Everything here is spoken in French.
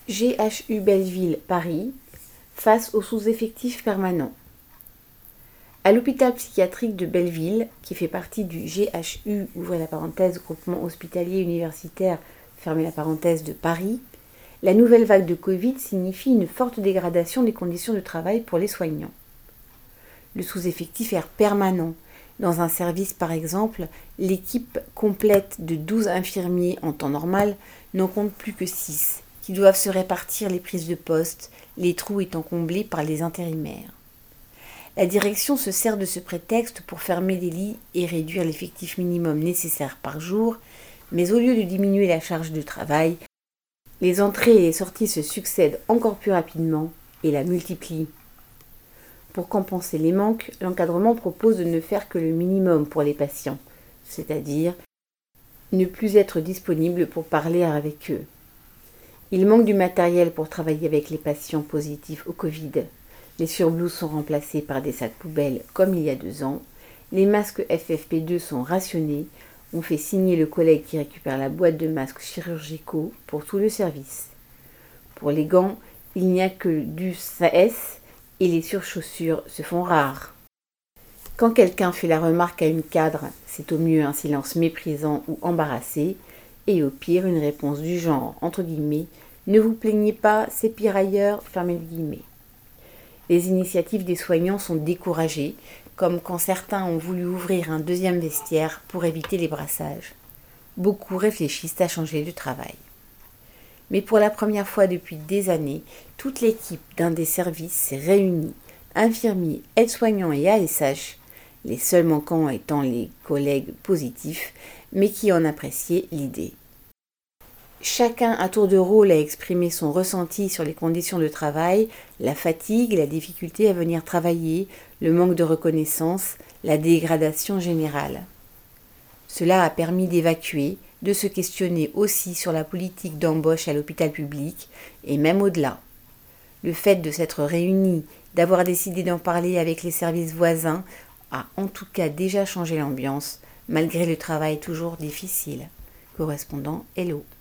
GHU Belleville, Paris, face aux sous-effectifs permanents. À l'hôpital psychiatrique de Belleville, qui fait partie du GHU, ouvrez la parenthèse, groupement hospitalier universitaire, fermez la parenthèse, de Paris, la nouvelle vague de Covid signifie une forte dégradation des conditions de travail pour les soignants. Le sous-effectif est permanent. Dans un service, par exemple, l'équipe complète de 12 infirmiers en temps normal n'en compte plus que 6, qui doivent se répartir les prises de poste, les trous étant comblés par les intérimaires. La direction se sert de ce prétexte pour fermer les lits et réduire l'effectif minimum nécessaire par jour, mais au lieu de diminuer la charge de travail, les entrées et les sorties se succèdent encore plus rapidement et la multiplient. Pour compenser les manques, l'encadrement propose de ne faire que le minimum pour les patients, c'est-à-dire ne plus être disponible pour parler avec eux. Il manque du matériel pour travailler avec les patients positifs au Covid. Les surblouses sont remplacées par des sacs poubelles comme il y a 2 ans. Les masques FFP2 sont rationnés. On fait signer le collègue qui récupère la boîte de masques chirurgicaux pour tout le service. Pour les gants, il n'y a que du SAS et les surchaussures se font rares. Quand quelqu'un fait la remarque à une cadre, c'est au mieux un silence méprisant ou embarrassé, et au pire une réponse du genre, entre guillemets, « Ne vous plaignez pas, c'est pire ailleurs », fermez les guillemets. Les initiatives des soignants sont découragées, comme quand certains ont voulu ouvrir un 2e vestiaire pour éviter les brassages. Beaucoup réfléchissent à changer de travail. Mais pour la première fois depuis des années, toute l'équipe d'un des services s'est réunie, infirmiers, aides-soignants et ASH, les seuls manquants étant les collègues positifs, mais qui en appréciaient l'idée. Chacun à tour de rôle a exprimé son ressenti sur les conditions de travail, la fatigue, la difficulté à venir travailler, le manque de reconnaissance, la dégradation générale. Cela a permis d'évacuer, de se questionner aussi sur la politique d'embauche à l'hôpital public et même au-delà. Le fait de s'être réunis, d'avoir décidé d'en parler avec les services voisins a en tout cas déjà changé l'ambiance, malgré le travail toujours difficile. Correspondant Hello.